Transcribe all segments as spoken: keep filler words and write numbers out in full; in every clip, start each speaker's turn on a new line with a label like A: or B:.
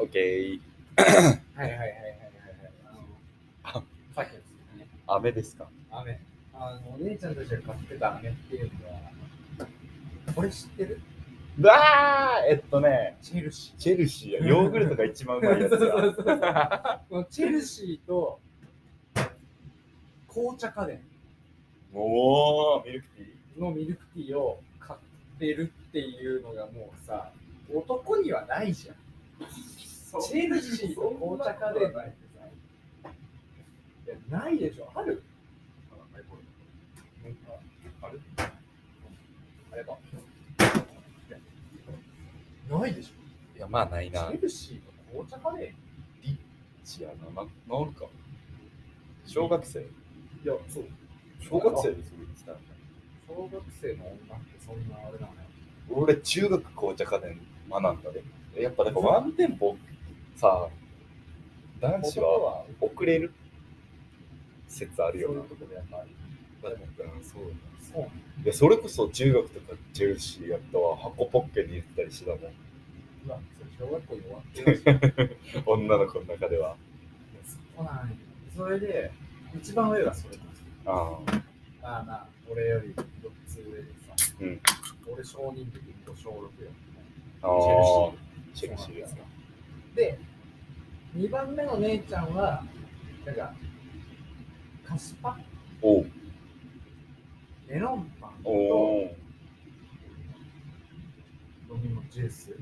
A: OK
B: はいはいはいはいはいはい。あの、さっきのですね。
A: 飴ですか？
B: 飴。あの、お姉ちゃんたちが買ってた飴っていうのは、これ知ってる？
A: うわーえっとね、
B: チェルシー。
A: チェルシーや、ヨーグルトが一番うまいやつ
B: そうそう
A: や。
B: そうそうこのチェルシーと紅茶家電
A: おー、ミルクティー
B: のミルクティーを買ってるっていうのがもうさ、男にはないじゃん。チェルシーと紅茶家電なんてさ、いやないでしょ。ある？
A: ある
B: あれば。ないでしょ。
A: いや、まあないな。
B: チェルシーと紅茶家電？
A: リッチやな。な、治るか。小学生
B: いや、そう。
A: 小学生ですよ、
B: 小学生の女ってそんなあれなのよ。
A: 俺、中学紅茶家電学んだで。やっぱなんかワンテンポさ、男子は遅れる説あるよな。
B: そういうことでやっぱり。
A: だからそうだ。
B: そう。
A: いや、それこそ中学とかチェルシーやったわ。箱ポッケに入れてたりしてたもん。
B: うわ、それ小学校に終わってるし。
A: 女の子の中では。
B: そうなんや。それで、一番上がそれなんですよ。
A: ああ。
B: ああまあ、俺よりよっつ上でさ、
A: うん。
B: 俺小認的に小ろくよ。
A: ああ。チ
B: チェルシー。
A: ェルシーですか。
B: で、にばんめの姉ちゃんは、なんか、菓子パン、
A: おう。
B: メロンパンと、
A: おう。
B: 飲み物ジュース。
A: うん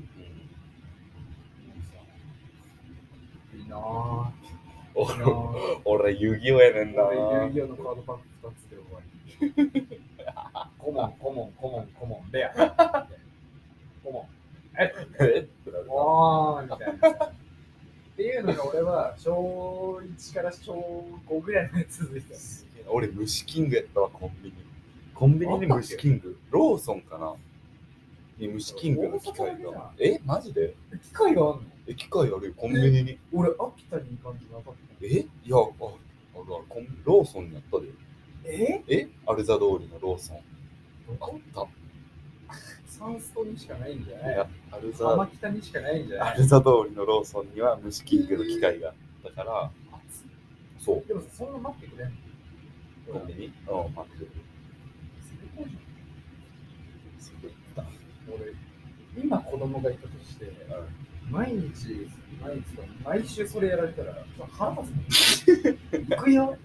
B: いいなぁ。
A: 俺、俺遊戯王やねんな。
B: 俺、遊戯王のカードパックふたつで終わり。コモン、コモン、コモン、コモン、レア。コモン。え
A: えってなるな。
B: おーみたいな。っていうのが俺は小いちから小ごぐらいまで続いてた。
A: 俺、虫キングやったわ、コンビニ。コンビニに虫キング。ローソンかなに虫キングの機械が。え、マジで？
B: 機械があんの？
A: え、機械あるよ、コンビニに。
B: 俺、秋田に行かんじゃなかった。
A: えいや、あ、あるあるコンローソンにあったで。
B: え
A: えアルザ通りのローソン。あった。
B: サンストにしかないんじゃない？
A: いや、アルザ、
B: 浜北にしかないんじゃない？
A: アルザ通りのローソンには虫キングの機械があったから、そう。
B: でもそんな待ってくれんの？
A: コンビニうん、待ってる。
B: 最高じ
A: すごいった。
B: ゃん。俺、今子供がいたとして、毎日、毎日か毎週それやられたら、腹立つもん。行くよって。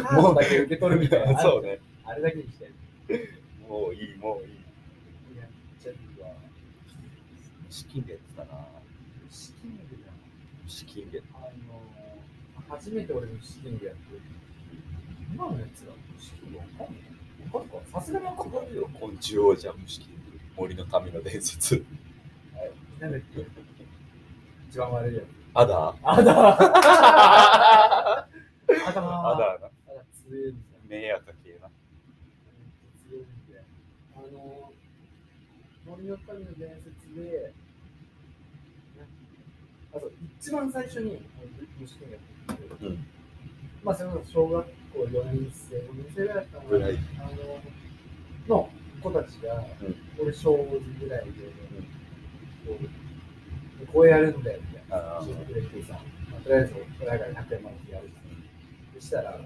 B: カードだけ受け取るみたいな。
A: そうね。
B: あれだけにして。
A: もういい、もういい。
B: いや、ちょっとは、
A: 虫キングやってたな。
B: 資金源じゃん。
A: 虫キングやった。
B: あの、初めて俺の資金源やってる。今のやつが資金源わかんない。わかるか？さすがにわかるよ。
A: 昆虫王者虫キング。森の民の伝説。
B: なんだっけ？一番悪いやつ。
A: アダー
B: あだあだ
A: アダーな。
B: あだ強いんだよ。
A: 目やか系な。
B: 強いんだよ。あの、森の神の伝説で、あと一番最初に虫キングやってるけど、
A: うん。
B: まあそれこそ小学校よねん生、ごねん生ぐらいだったの
A: ぐらい
B: あのの子たちが、
A: うん
B: 俺小ごぐらいで、こうこうやるんだよみたいな
A: あー
B: 教えてくれてさ、まあとりあえず親がひゃくえんまでやる。そしたら、もう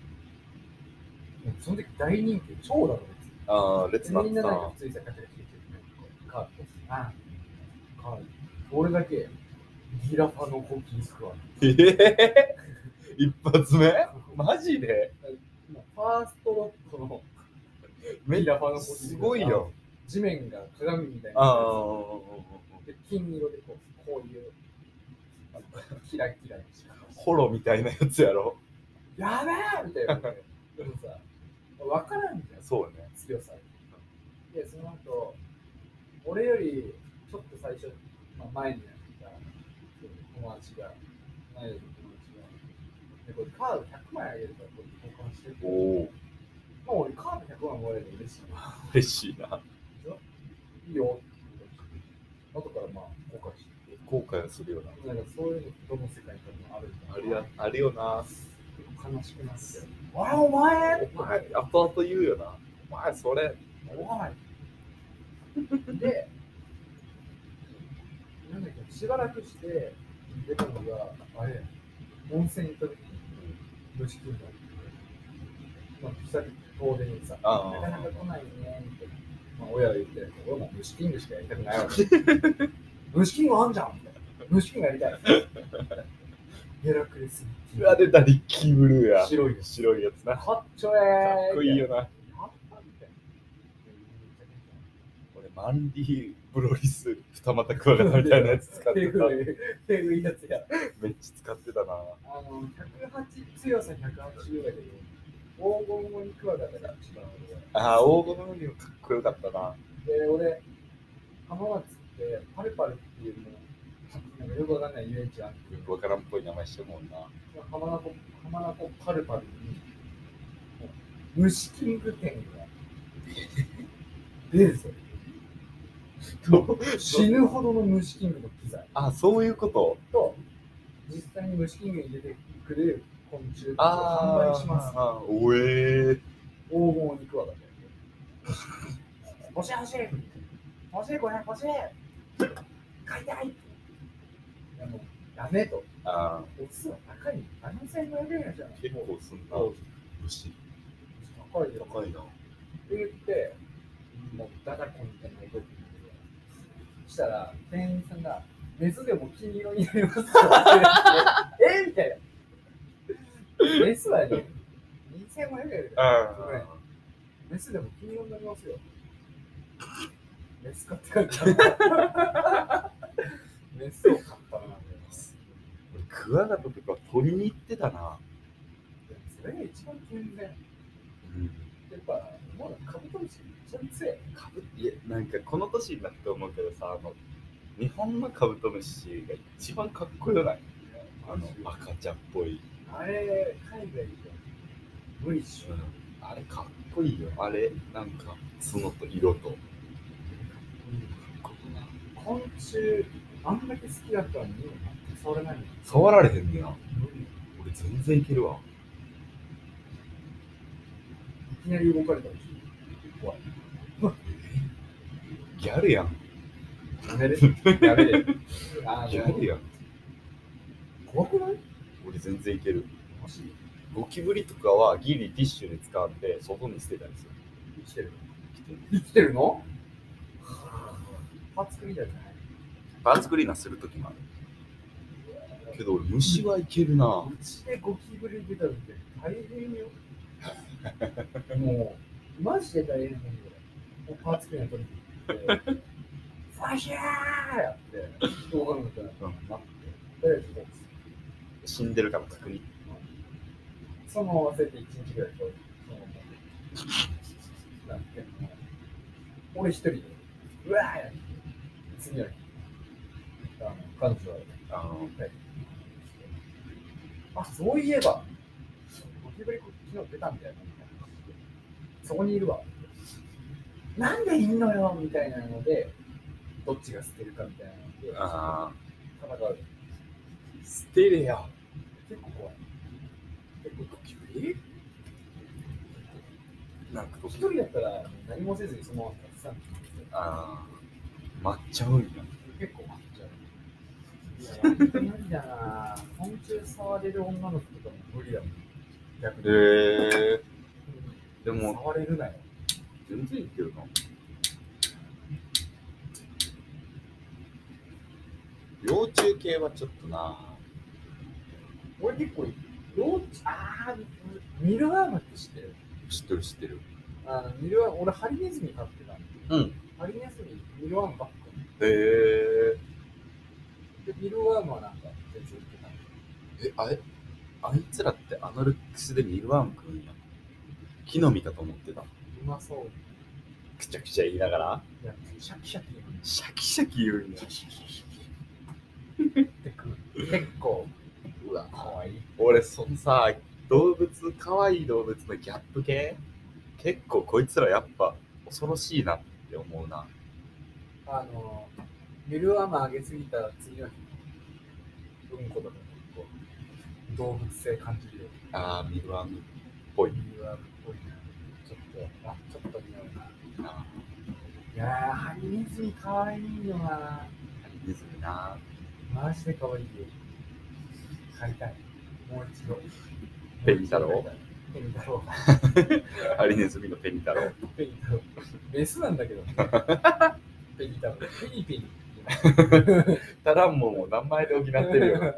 B: その時大人気、超だろう
A: ああ、列なってた
B: みんななんか普通にさ、カチャカチャカードあカード俺だけギラファのコキースクワ
A: ええー、一発目マジで
B: ファーストロットの
A: め
B: ギラファのコキースクワ
A: すごいよ。
B: 地面が鏡みたいな。
A: あ
B: で金色でこう、こういうキラキラした
A: ホロみたいなやつやろ。
B: やべえみたいな。でもさ、わからんじゃん。
A: そうね。
B: 強さ。で、その後、俺よりちょっと最初、まあ、前にやった友達が、前の友達が、でこれカードひゃくまいあげるからこれ交換してて、
A: おお。
B: まあ俺カードひゃくまいもらえるの嬉しいな。
A: 嬉しいな。
B: いいよって言う後からまあ後悔して。
A: 後悔はするよな。
B: なんかそういうのどの世界にもあるんだ
A: あるやあるよな。
B: 悲しくなって。わあお前
A: お前、後々言うよな。お前、それ。
B: おいで、 なんだっけ、しばらくして出たのが、あれ、温泉行った時に虫キング。まあ、久々遠出にさ、なかなか来ないねって、まあ、親は言ってるけど、俺も虫キングしかやりたくないわけ。虫キングあんじゃんみたいな。虫キングやりたい。ヘラクレス。
A: うわ、出た、リッキーブルーや。
B: 白い
A: 白いやつな。
B: かっちょえー。
A: かっこいいよな。
B: やったみたいな。
A: 俺、マンリーブロリス、二股クワガタみたいなやつ使ってた。
B: 手ぐいやつや。
A: めっちゃ使ってたな。
B: あの、ひゃくはち、強さひゃくはちじゅうだけど、黄金のクワガタが一番俺は。
A: ああ、黄金のにもかっこよかったな。
B: で、俺、浜松ってパルパルっていうの、なんかよくわかんない遊園地あるん
A: よくわからんっぽい名前してるもんな。
B: 浜名湖、浜名湖パルパルに、虫キング店が出るぞ。死ぬほどの虫キングの機材。
A: あ、そういうこと
B: と、実際に虫キングに出てくる昆虫たちを販売します。
A: ああ、おえー。
B: 黄金お肉はだね。欲しい欲しい欲しいこれ欲しい買いたいあの、ダメと。
A: ああ、
B: オスは高い。あのせんごひゃくえんじゃん。
A: 結構すんな。虫。
B: 高いよ。
A: 高いな。
B: って言って、もうダダコみたいな動きしたら、店員さんが、メスでも黄色になりますかえみたいな。メスはね、にせんごひゃくえんだよ。メスでも黄色になりますよ。メス買って帰った。メスを買ったな。
A: クワガタとか取りに行ってたな。
B: それが一番健全。
A: うん、
B: やっぱ、もうカブトムシめっちゃ強い。
A: カブいや、なんかこの年になって思うけどさ、あの日本のカブトムシが一番かっこよない。あの赤ちゃんっぽい。
B: あれ、海外で無理っしょ。
A: あれかっこいいよ。あれ、なんか角と色と。
B: 昆虫、あんだけ好きだったのに、触れないの。
A: 触られへんねや。俺全然いけるわ。
B: いきなり動かれたでしょ。怖い。
A: ギャルやん。
B: やめれやめれあ
A: ギャルやん。
B: 怖くない？
A: 俺全然いける。
B: マジ？
A: ゴキブリとかはギリティッシュで使って外に捨てたりする。
B: 生きてる生きてるの？パーツクリーナーじゃない？
A: パーツクリーナーするときもある。けど俺虫はいけるな。
B: うちでゴキブリ出た時大変よ。もうマジで大変だけど、パーツクリーナー取りに行って、ファシャーやって動画のことなって、とりあえずこう
A: 死んでるから確認。
B: そのまま忘れていちにちぐらいと、そのままなんて俺一人でうわーやって、次の日あの彼女はあの、はい、あ、そういえばゴキブリ昨日出たんだよなみたいな。そこにいるわ。なんでいんのよみたいなので、どっちが捨てるかみたいなので、
A: ああ、
B: 戦う。
A: 捨てれよ。
B: 結構怖い。結構ゴキブリ？
A: なんか
B: 一人だったら何もせずにそのまま立つさん。
A: ああ、待っちゃうんや。
B: 結構待っちゃう。いや、無理だな。昆虫触れる女の子とかも無理だもん。逆に。
A: へえー。でも、
B: 触れるなよ。
A: 全然いけるな。幼虫系はちょっとな。
B: 俺結構、幼虫、あー、ミルワームって知ってる？
A: 知ってる知ってる。
B: あのミルワーム、俺ハリネズミ飼ってた。
A: うん。
B: ハリネズミ、ミルワームばっか
A: り。へえ
B: ー。で、ミルワームはなんか全然売ってた。
A: え、あれあいつらってあのルックスでミルワーム食うんや。木の実かと思ってた。
B: うまそう。
A: くちゃくちゃ言いながら
B: いや、シャキシャキ言う。
A: シャキシャキ言うんや。
B: ってくる。結構、
A: うわ、
B: かわいい。
A: 俺、そのさ、動物、かわいい動物のギャップ系結構こいつらやっぱ恐ろしいなって思うな。
B: あの、ミルワームあげすぎたら次の日、うんことか結構動物性感じるよ。
A: あー、ミルワームっぽい。
B: ミルワームっぽいな。ちょっと、あ、ちょっと似合うな。
A: あ
B: いやー、ハリネズミかわいいよな。
A: ハリネズミな。
B: マジで可愛いよ。買いたい。もう一度。
A: ペニ太郎
B: ペニ太郎。
A: ハリネズミのペニ太郎。
B: ペニ太郎。メスなんだけど。ペニ太郎。ペニペニ。
A: タランモンを名前で補ってるよ。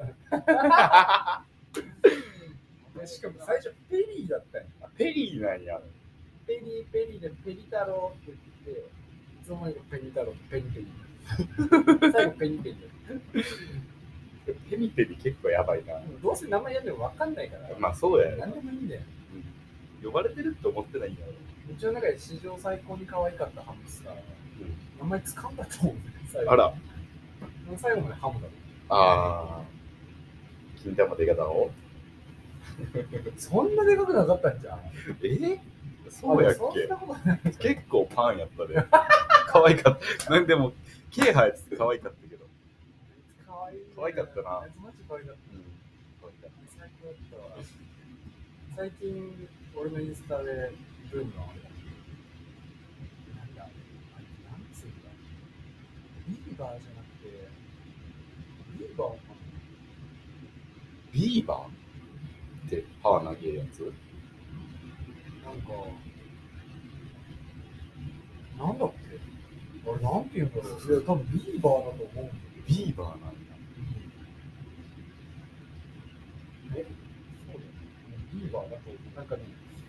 B: しかも最初ペリーだったよ。
A: ペリーなんや。
B: ペリーペリーでペリ太郎って言って、いつの間にかペニ太郎とペニペニ。最後ペニペニ。
A: ペニペニ結構やばいな。
B: どうせ名前やっても分かんないから。
A: まあそうやよ。
B: 何でもいいんだよ。
A: うん、呼ばれてるって思ってないんだろう。
B: うちの中で史上最高に可愛かったハムスター。名前使うんだと思う。
A: あら。
B: 最後までハムだろ。
A: ああ。金玉でかだろ。
B: そんなでかくなかったんじゃん。
A: えそうやっけ。結構パンやったで。可愛かった。なんでも、毛生えてて可愛かったけど。
B: 可愛い。
A: 可愛かったな。
B: マジ可愛かった。最高だったわ。最近、俺のインスタでブームのあれだ。なんだ、あれ、なんつうんだ。ビーバーじゃなくて、ビーバーかな。
A: ビーバーって歯投げるやつ？
B: なんか、なんだっけあれ、なんて言うんだろう。いや、多分ビーバーだと思うんだけど。
A: ビーバーなんだ。
B: え、そうだよ。ビーバーだと、なんかね、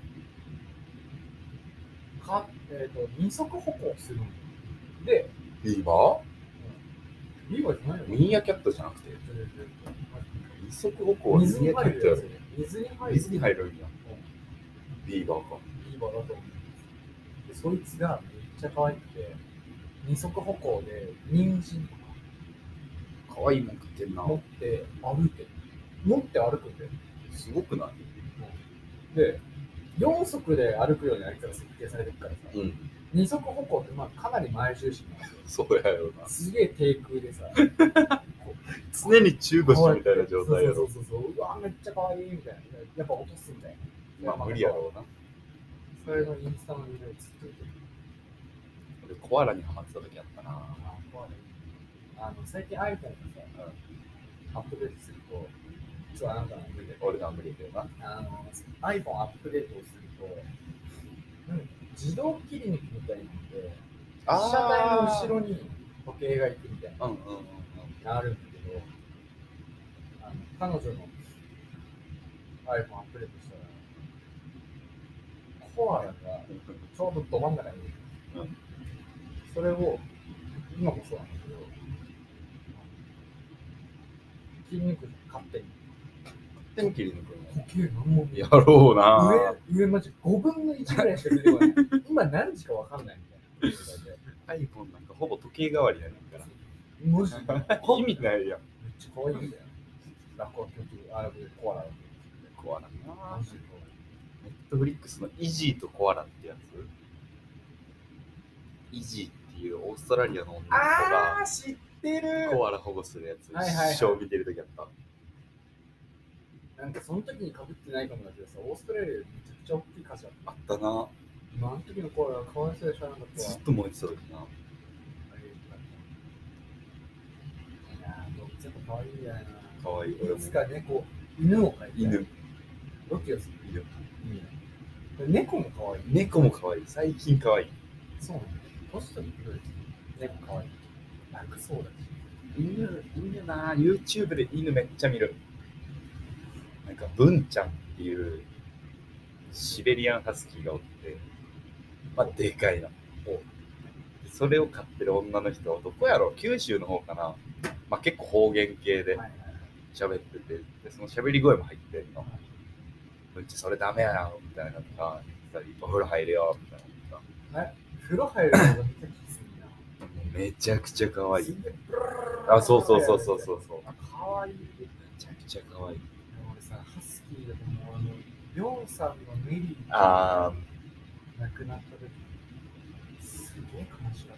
B: か、えっ、ー、と、二足歩行するの。で、
A: ビーバー？
B: ビーバーじゃないよ。
A: ミーアキャットじゃなくて。二足歩行はミーアキャットやろ。
B: 水に入る。
A: 水に入るんや。ビーバーか。
B: ビーバーだと思う。で、そいつがめっちゃ可愛くて、二足歩行で人参とか
A: 可愛いもん食ってんな。
B: 持って歩いてる。持って歩くんだよ。
A: すごくない？
B: で、よん足で歩くようにあいつら設計されてるからさ、
A: うん、
B: 二足歩行ってまあかなり前重心なんですよ。
A: そうやよな。
B: すげえ低空でさ、
A: 常に中腰みたいな状態やろ。
B: そうそうそうそう、うわめっちゃ可愛いみたいな。やっぱ落とすんだよ。
A: まあ無理やろうな。
B: それのインスタのvideoをずっと見てる。
A: 俺コアラにハマってた時あったな。
B: あの最近 iPhone がさ、うん、アップデートすると、実はあなたの無理だよ。
A: 俺の無理だよな。
B: あの iPhone アップデートをすると、うん、自動切り抜きみたいなので、被写体の後ろに時計が行くみたいなのがあるんだけど、あの彼女の iPhone アップデートしたら、コアラがちょうどど真ん中にいる。うん、それを、今もそうなんだけど、切り抜く勝手に。
A: 勝手に切り抜くの？
B: 時計何も
A: やろうな。
B: 上、上マジごぶんのいちぐらいしか出てこない。今何時かわかんないみたいな。
A: iPhone なんかほぼ時計代わりやねんから。
B: マジ
A: 意味ないやん。
B: めっちゃ可愛いんだよ。ラッコ曲、あれコアラ。
A: コアラな。ネットフリックスのイジーとコアラってやつ？イジーっていうオーストラリアの女の子が
B: 知ってる
A: コアラ保護するやつ、
B: はいはいはい、
A: 一生見てるときあった。
B: なんかその時にかぶってないかもだけどさ、オーストラリアでめちゃくちゃ大きい火事
A: あったな。
B: 今あの時のコアラがかわいそうでしょなかったわ。
A: ずっと燃えてた時な。
B: いやー、動物やっぱ可愛いんじゃないな。
A: 可愛い。
B: いつか猫、犬を飼いたい。
A: 犬。
B: ロキをする。
A: 犬。
B: 猫も可愛い。
A: 猫も可愛い。最近可愛い。
B: そうなんだ。年取ってくる猫可愛い。楽そうだし。
A: 犬、犬な。YouTube で犬めっちゃ見る。なんか文ちゃんっていうシベリアンハスキーがおって、まあでかいな。それを飼ってる女の人はどこやろう？九州の方かな。まあ結構方言系で喋ってて、でその喋り声も入ってるの。うんちそれダメやなみたいなとか、お風呂入るよみたいな。
B: え、風呂入るのがめちゃくちゃいい
A: な。めちゃくちゃ可愛い。あ、そうそうそうそうそうそう。
B: 可愛い。め
A: ちゃくちゃ可愛い。
B: 俺さ、ハスキーだと思う。あの、りょうさんのメリー
A: が
B: 亡くなった時、すげえ悲しかった。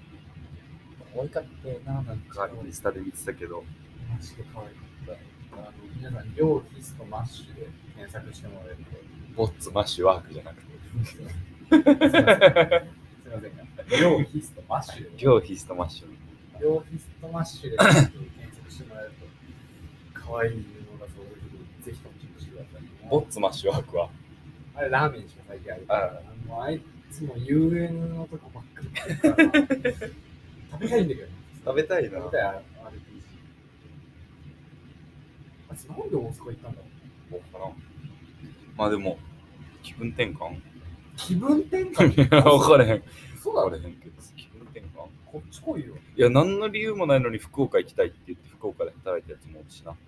A: 可愛かったよな、なんかインスタで見てたけど。
B: マジで可愛かった。あの皆さん、りょうヒストマッシュで検索してもらえると。
A: ボッツマッシュワークじゃなくて。
B: すいません。すいませんが。りょうヒストマッシュで。
A: りょうヒストマッシュ。
B: 両フィストマッシュで検索してもらえると、可愛い布がそういうふうにぜひともチェックしてください、ね。
A: ボッツマッシュワークは
B: あれ、ラーメンしか最近あるから、
A: あ
B: もうあいつも ユーエヌ のとこばっかりだから食べたいんだけど、ね、
A: 食べたいな。
B: 食べたい アールピージー。あいつなんで大阪行ったんだろう。
A: わからん。まあでも、気分転換
B: 気分転換
A: 分からへん。
B: そうだ
A: 分からへんけど、気分転換
B: こっち来いよ。
A: いや、何の理由もないのに福岡行きたいって言って福岡で働いたやつもおるしな。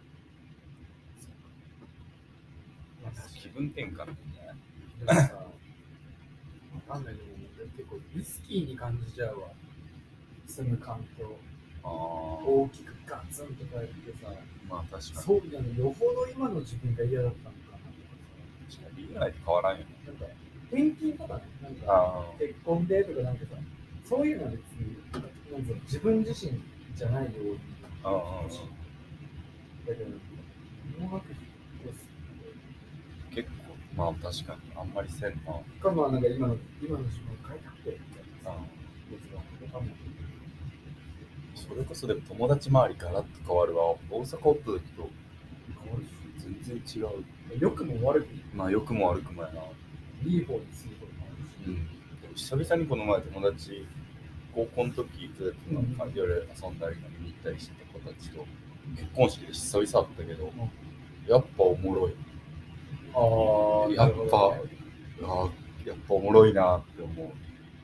A: 気分転換だね。
B: でもさ、わかんないでも結構リスキーに感じちゃうわ。住む環境。
A: あ
B: 大きくガツンと変えてさ。
A: まあ確かに。
B: そうじゃね、よほど今の自分が嫌だったのかなとか
A: さ。確かに理由ないと変わらんよね。
B: なんか、転勤とかね、なんか結婚でとかなんかさ、そういうのは別になんか自分自身じゃないように。
A: ああ。
B: だけど、音楽費
A: 結構、まあ確かにあんまりせんな。
B: かまあなんか今の今の自分を変えたくてみたいな。別にわかんない。
A: それこそでも友達周りガラッと変わるわ。大阪おった時と
B: 変わるし
A: 全然違う。
B: 良くも悪くも。
A: まあ良くも悪くもやな。
B: いい方にすることもあるし。
A: うん。でも久々にこの前友達、高校の時なんか夜遊んだり見に行ったりしてた子たちと結婚式で久々あったけど、うん、やっぱおもろい。
B: ああ、
A: やっぱ、あやっぱおもろいなって思う。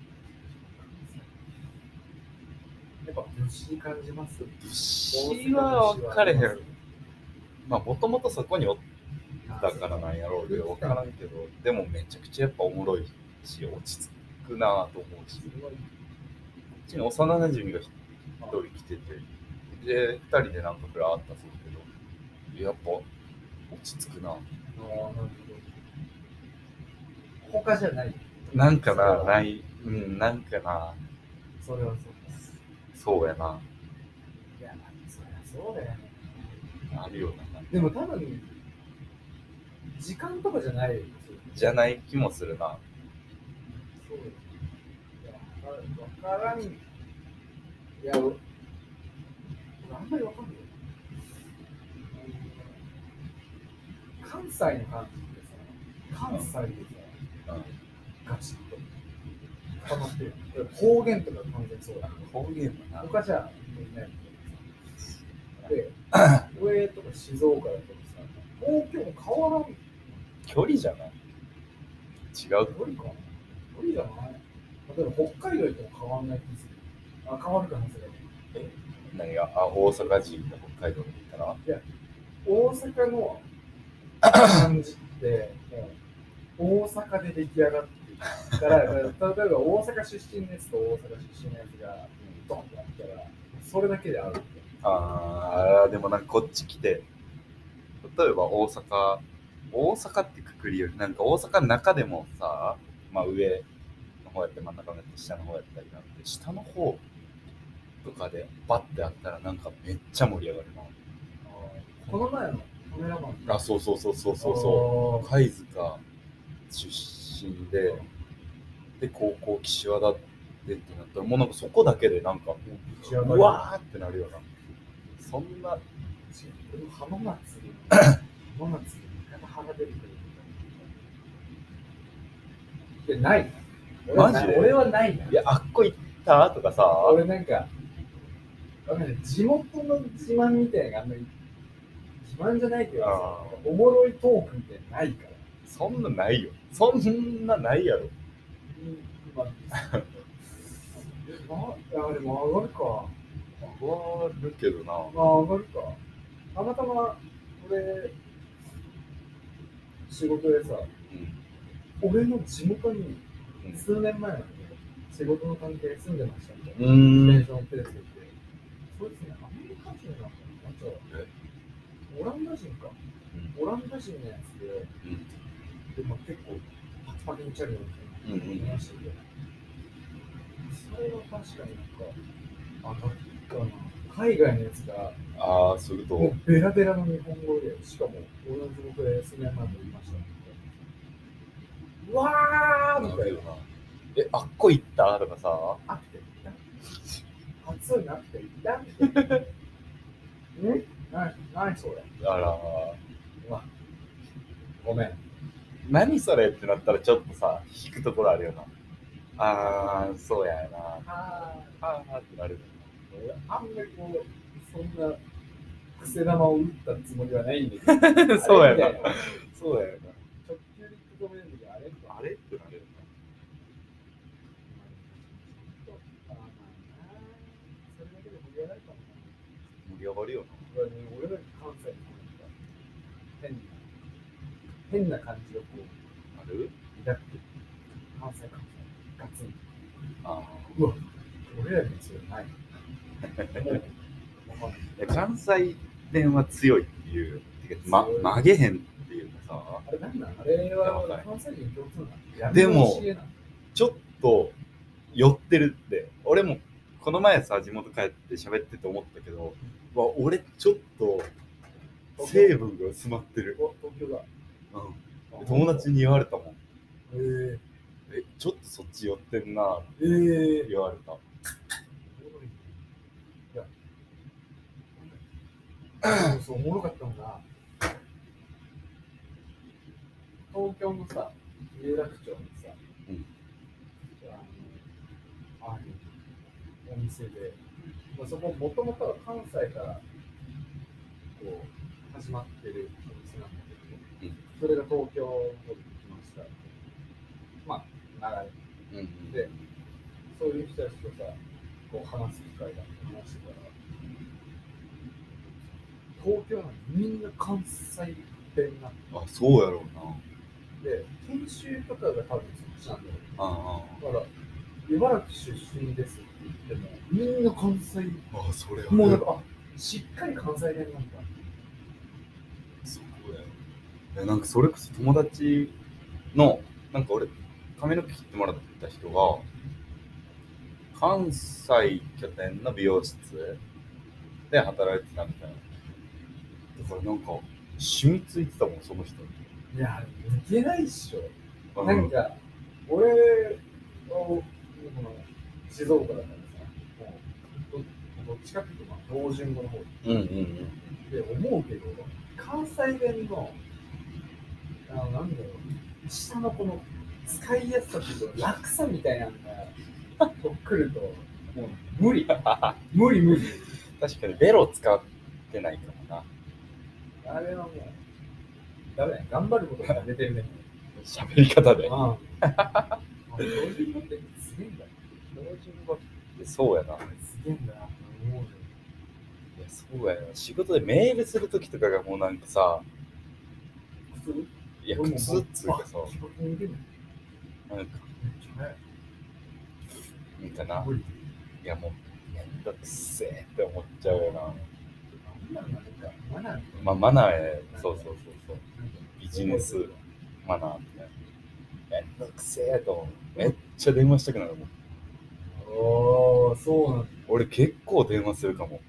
B: やっぱ物資感じます。
A: 物資は分かれへん。まあもともとそこにおったからなんやろうけど分からんけど、でもめちゃくちゃやっぱおもろいし落ち着くなと思うし、こっちに幼馴染が一人来てて、で二人でなんかくらいあったそうけど、やっぱ落ち着くな。ああ、なるほど。
B: 他じゃない。
A: なんかな、ない、うん、なんかな。
B: それはそうです。
A: そうやな。
B: いや、そりゃそうだよね。
A: あるよな。
B: でも多分、時間とかじゃないよ。
A: じゃない気もするな。
B: そうだよね。いや、わからん。いや、俺、あんまりわかんない。関西の感じってさ、関西でさ、うん、ガチッと固まってる。方言とか完全にそうだ。
A: 方言だな。
B: 他じゃない。で、上とか静岡だとさ、東京も変わらん。
A: 距離じゃない？違う
B: 距離かな？距離じゃない？例えば北海道行っても変わんない気する。あ、変わるかな、それ。
A: え？何が？あ、大阪人が北海道に行ったら？
B: いや、大阪の感じって、もう大阪で出来上がっているから、例えば大阪出身のやつと大阪出身のやつがドンってなったら、それだけである。
A: ああ、でもなんかこっち来て、例えば大阪、大阪ってくくりより、なんか大阪の中でもさ、まあ上の方やって真ん中のやって下の方やったりなんて、下の方とかでバッてあったらなんかめっちゃ盛り上がるな。
B: この前のカメラマン。
A: あ、そうそうそうそうそうそう。貝塚出身で、で高校岸和田でってなったらもうなんかそこだけでなんかうわーってなるような。そんな
B: 浜松浜松に味方腹出てくる。いや、ない。
A: マジで
B: 俺はないな。
A: いや、あっこ行ったとかさ。
B: 俺なんか、地元の自慢みたいなのがあんまり自慢じゃないけどさ、おもろいトークみたいなのないから。
A: そんなないよ。そんなないやろ。
B: まあ、あ、でも上がるか。
A: 上がるけどな。
B: まあ上がるか。たまたま俺、仕事でさ、うん、俺の地元に数年前まで仕事の関係で住んでましたみたいな。自転車乗ってるやつがいて、そいつね、アメリカ人なんだよ。あとオランダ人か。オランダ人のやつで、うん、でまあ、結構パキパキにチャリ乗っていましたけど、それは確かになんか、あの海外のやつが、
A: ああ、そういうこと。
B: ベラベラの日本語で、しかも俺の地元で数年前も言いました、ね。うわーみたいな。
A: え、あっこ行ったとかさ。
B: あって言った初そうなくていらんってんな何それ
A: あら
B: うわごめん
A: 何それってなったらちょっとさ引くところあるよな。あーそうやな
B: あ
A: あーってなる。
B: 俺あんまりこうそんな癖玉を打ったつもりはないんだけど
A: そうやな
B: あれみたいな
A: そうやな
B: 直球で止めるんだけどあれ
A: あれってなるよ
B: あーまあなそれだけで盛り上がるかもな
A: な。盛り上がるよな。
B: 俺ね俺だけ関西の変な変な感じがこう
A: ある
B: 抱って関西関西ガツン
A: あ
B: うわ俺らにそれない
A: ー関西弁は強いっていうてかま曲げへんっていうかさ
B: あれなんなんあれは関西人共通なの
A: でも
B: 教えなの
A: ちょっと寄ってるって俺もこの前さ地元帰って喋ってて思ったけど、わ俺ちょっと成分が薄まってる、
B: お東京だ
A: うん、友達に言われたもん。
B: えー、
A: えちょっとそっち寄ってんなって
B: えー、
A: 言われた。
B: そう、おもろかったのが、東京のさ、有楽町のさ、
A: うん、
B: あのあるお店で、まあ、そこもともとは関西からこう始まってるお店なんだけど、うん、それが東京の方に行きました。まあ、流れ。うん、で、そういう人たちとさ、こう話す機会があって話してたら、東京なんてみんな関西弁なの。
A: あ、そうやろうな。
B: で、研修とかが多分そっちなんだよ。
A: ああ。
B: だから、茨城出身ですって言っても、みんな関西。
A: あ、それは。
B: もうなんか、あ、しっかり関西弁なんだ。
A: そうだよ。え、なんかそれこそ友達の、なんか俺、髪の毛切ってもらった人が、関西拠点の美容室で働いてたみたいな。だからなんか、染みついてたもん、その人に。
B: いや、いけないっしょ。
A: うん、
B: なんか、俺は、静岡だからさ、もうどっちかっていうと、まあ、標準語の方で、
A: うんうんうん、
B: で思うけど、関西弁の、あのなんだろう、下のこの使いやすさというか、楽さみたいなのが、と来ると、もう無理。無理無理。
A: 確かにベロ使ってないかも
B: な。あれはもう、ダメだね。頑張ることが出てるね。
A: 喋り方で。
B: ああ。標準語ってすげえんだよ。
A: 標準語ってそうやな。
B: すげえんだな。思うよ。
A: いや、そうやな。仕事でメールするときとかがもうなんかさ、
B: 普通
A: いや、普通っつうかさ、なんか、いいかな。いや、もう、めんどくせえって思っちゃうよな。まあ、マナーや、そうそうそうそう。ビジネスマナーみたいな。めんどくせえと思う。めっちゃ電話したくなるもん。
B: おー、そうなんだ。
A: 俺結構電話するかも。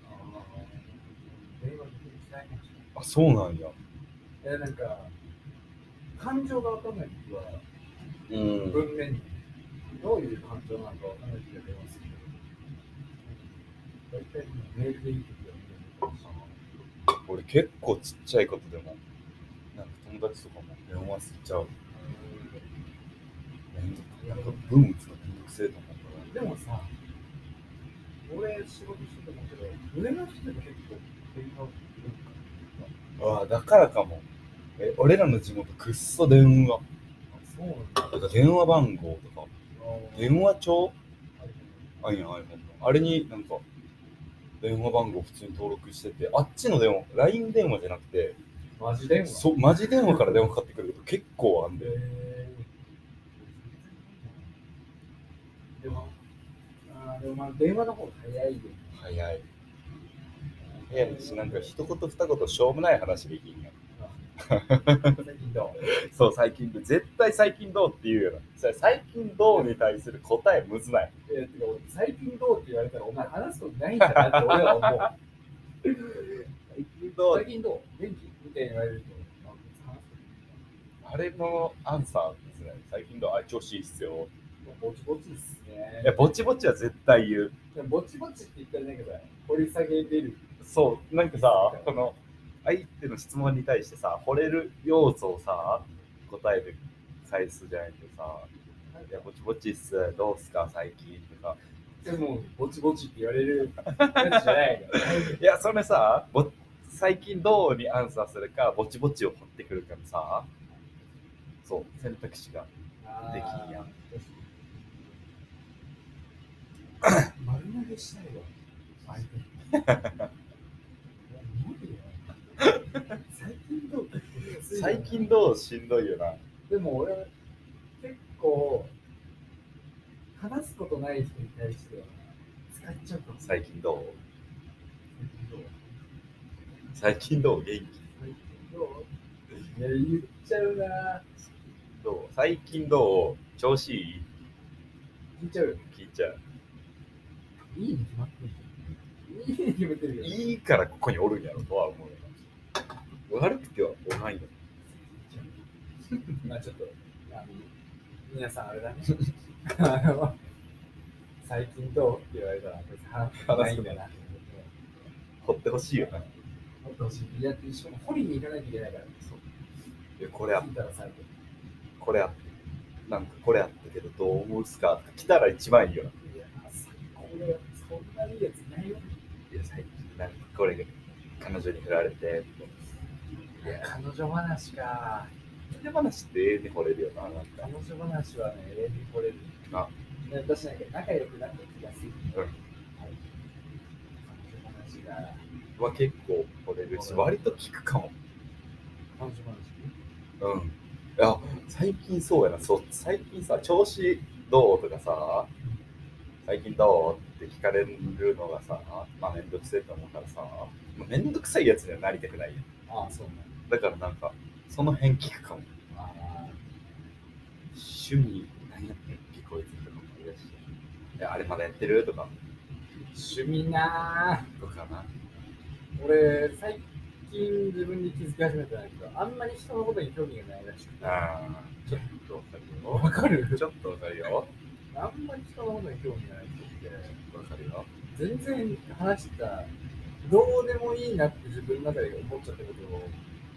A: あ、そうなんや。
B: え、なんか、感情がわかんないときは、
A: うん、
B: 文面にどういう感情なのかわかんないときは電話するけど、大体メールでいいときはメールで
A: 俺結構ちっちゃいことでも、なんか友達とかも電話しちゃう。めんどくなんか文打つのめんどくせえと思うから。
B: でもさ、俺仕事しててもけど、上の人でも結構電話する
A: か。ああ、だからかも。え、俺らの地元くっそ電話。
B: そうなんだ。
A: だから電話番号とか、電話帳あいや、あれになんか電話番号普通に登録してて、あっちの電話、ライン 電話じゃなくて、
B: マジ電話
A: そマジ電話から電話かかってくること結構あんで。
B: でも、あでもまあ電話の方が早いよ。
A: 早い。早いし、なんか一言二言しょうもない話できんやん。
B: 最近ど
A: うそう、最近で、絶対最近どうって言うよな。それ最近どうに対する答えむずない。
B: いや、てか俺最近どうって言われたら、お前話すことないんだなって俺は思う。
A: 最近どう
B: 最近どう元気みたいに言われると、話す
A: あれのアンサーですね。最近どうあ、調子いいっすよ。
B: ぼちぼちですね。
A: いや、ぼちぼちは絶対言う。
B: でもぼちぼちって言ったらなんかさ、掘り下げれる。
A: そう、なんかさ、この相手の質問に対してさ、惚れる要素をさ、答える回数じゃないけどさ、いや、ぼちぼちっす、どうすか、最近とか。
B: でも、ぼちぼちって言われるやつじゃないから。
A: いや、それさ、ぼ最近どうにアンサーするか、ぼちぼちを掘ってくるからさ、そう、選択肢ができんやん。
B: 丸投げしたいわ。相手。最近どう
A: 最近どうしんどいよな。
B: でも俺、結構、話すことない人に対しては使っちゃうかも。
A: 最近どう
B: 最近どう
A: 最近どう元気
B: 最近どういや、言っちゃうな。
A: どう最近どう調子いい
B: 聞いちゃうよ。
A: 聞いちゃう。
B: いいに決まってるじゃん。いいに決めてるよ。
A: いいからここにおるんやろとは思うよな。悪くてはおらんよ。
B: まあちょっと、あの皆さんあれだね。あの最近どうって言われたら、別に話すことないんだな。
A: 掘ってほしいよな。
B: もっと欲しい。いや、しかも掘りに行かなきゃいけないから。
A: そういやこれあっ
B: 聞いたら最後。
A: これあってなんかこれあったけどどう思うっすか来たら一番いいよな。
B: いや、最高だよ。そんないいやついないよ。
A: いや最近なんかこれ彼女に振られて
B: いや、彼女話か。
A: 手話って永遠に惚れるよな。なんか
B: 彼女話はね、永遠に惚れる。
A: あ
B: 私なんか仲良くなった気がする。
A: うん
B: はい。彼女話が。
A: は結構惚れるし割と聞くかも。
B: 彼女話
A: うん。いや最近そうやな。そう最近さ調子どうとかさ最近どうって聞かれるのがさまあめんどくせえと思うからさもうめんどくさいやつにはなりたくないよ。
B: ああ、そうね。
A: だからなんかその辺聞くかも。
B: ああ。
A: 趣味何やってんっけこいつとかもいらっしゃる。いやあれまだやってるとか
B: 趣味な
A: とかな。
B: ぁ。俺、最近自分で気づき始めたんだけど、あんまり人のことに興味がないらしくて。
A: ああちょっとわかるよ。
B: わかる
A: ちょっとわかるよ。
B: あんまり人のことに興味がない人って、
A: わかるよ。
B: 全然話したどうでもいいなって自分の中で思っちゃったことを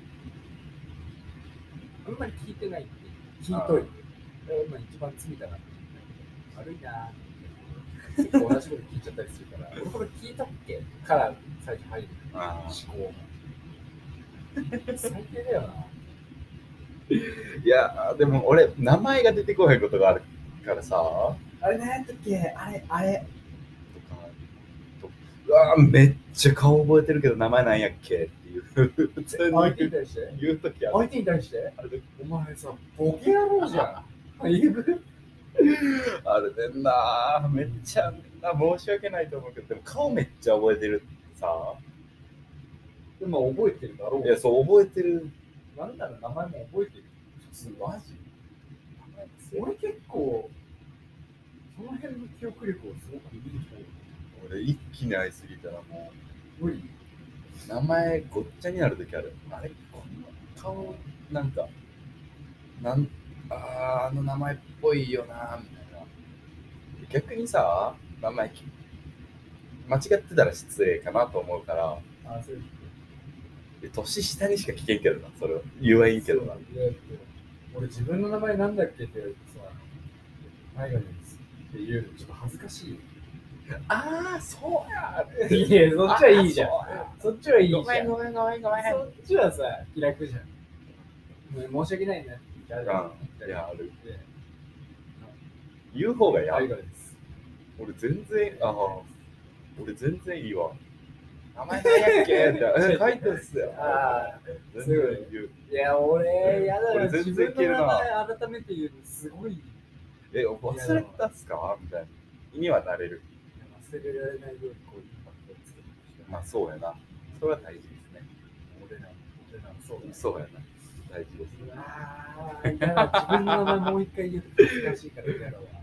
B: あんまり聞いてないって聞いといて、まあ一番罪だなって悪いなぁ。結構同じこと聞いちゃったりするから、俺これ聞いたっけから最初入る
A: あ
B: 思考が。最低だよな。
A: いやでも俺名前が出てこないことがあるからさ
B: あれ何やったっけあれ、あれ。
A: とかとうわめっちゃ顔覚えてるけど名前なんやっけっていう普通に
B: 相手に対して
A: 言うときある。
B: 相手に対して
A: あれ
B: お前さ、ボケ野郎じゃん。言う
A: あれでんなめっちゃな申し訳ないと思うけどでも顔めっちゃ覚えてるさ。
B: でも覚えてるだろう。
A: いやそう覚えてる。
B: なんなら名前も覚えてる。
A: 普通マジ
B: 俺結構、その辺の記憶力をすごくいい方。
A: 俺一気に会いすぎたらも
B: 無理。
A: う名前ごっちゃになるときある。あれこの顔なんかなんあーあの名前っぽいよなみたいな。逆にさ名前間違ってたら失礼かなと思うから
B: あ、そういう
A: 年下にしか聞けんけどなそれは言わいいけどな。
B: 俺自分の名前なんだっけって言われてさ、海外ですって言うのちょっと恥ずかしい。
A: ああそうや
B: いや、そっちはいいじゃん。そっちはいいじゃん。
A: ごめんごめんごめんごめん。
B: そっちはさ、気楽じゃん。申し訳ないなって言ってある。
A: うんいやある。
B: で
A: 言う方がや
B: 海外です。
A: 俺全然ああ俺全然いいわ。名前何やっけってえ書いてるっすよ。
B: ああ、
A: 全然言う。
B: いや、俺、やだな。
A: 俺全然いけるな
B: 自分の名前改めて言うのすごい。
A: え忘れたっすかみたいな意味はなれる。
B: 忘れられないようにこうインパクトをつけてきた。
A: まあそうやな。それは大事ですね。
B: 俺ら、俺ら、そうだ。
A: そうやな。大事ですね。
B: ああ、いや、自分の名前もう一回言うと難しいからやろうわ。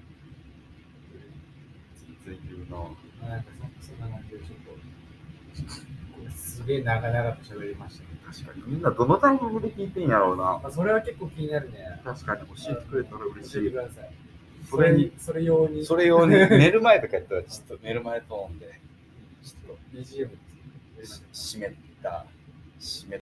A: つい言うな。
B: なんかそそんな感じでちょっと、これすげえ長々と喋りましたね。
A: 確かにみんなどのタイミングで聞いてんやろうな。
B: まあ、それは結構気になるね。
A: 確かに教えてくれたら嬉しい。
B: 教えてください。 それに、それ用に。
A: それ用に寝る前とかやったら、ちょっと寝る前トーンで、ちょっと
B: ビージーエム
A: 湿った、湿っ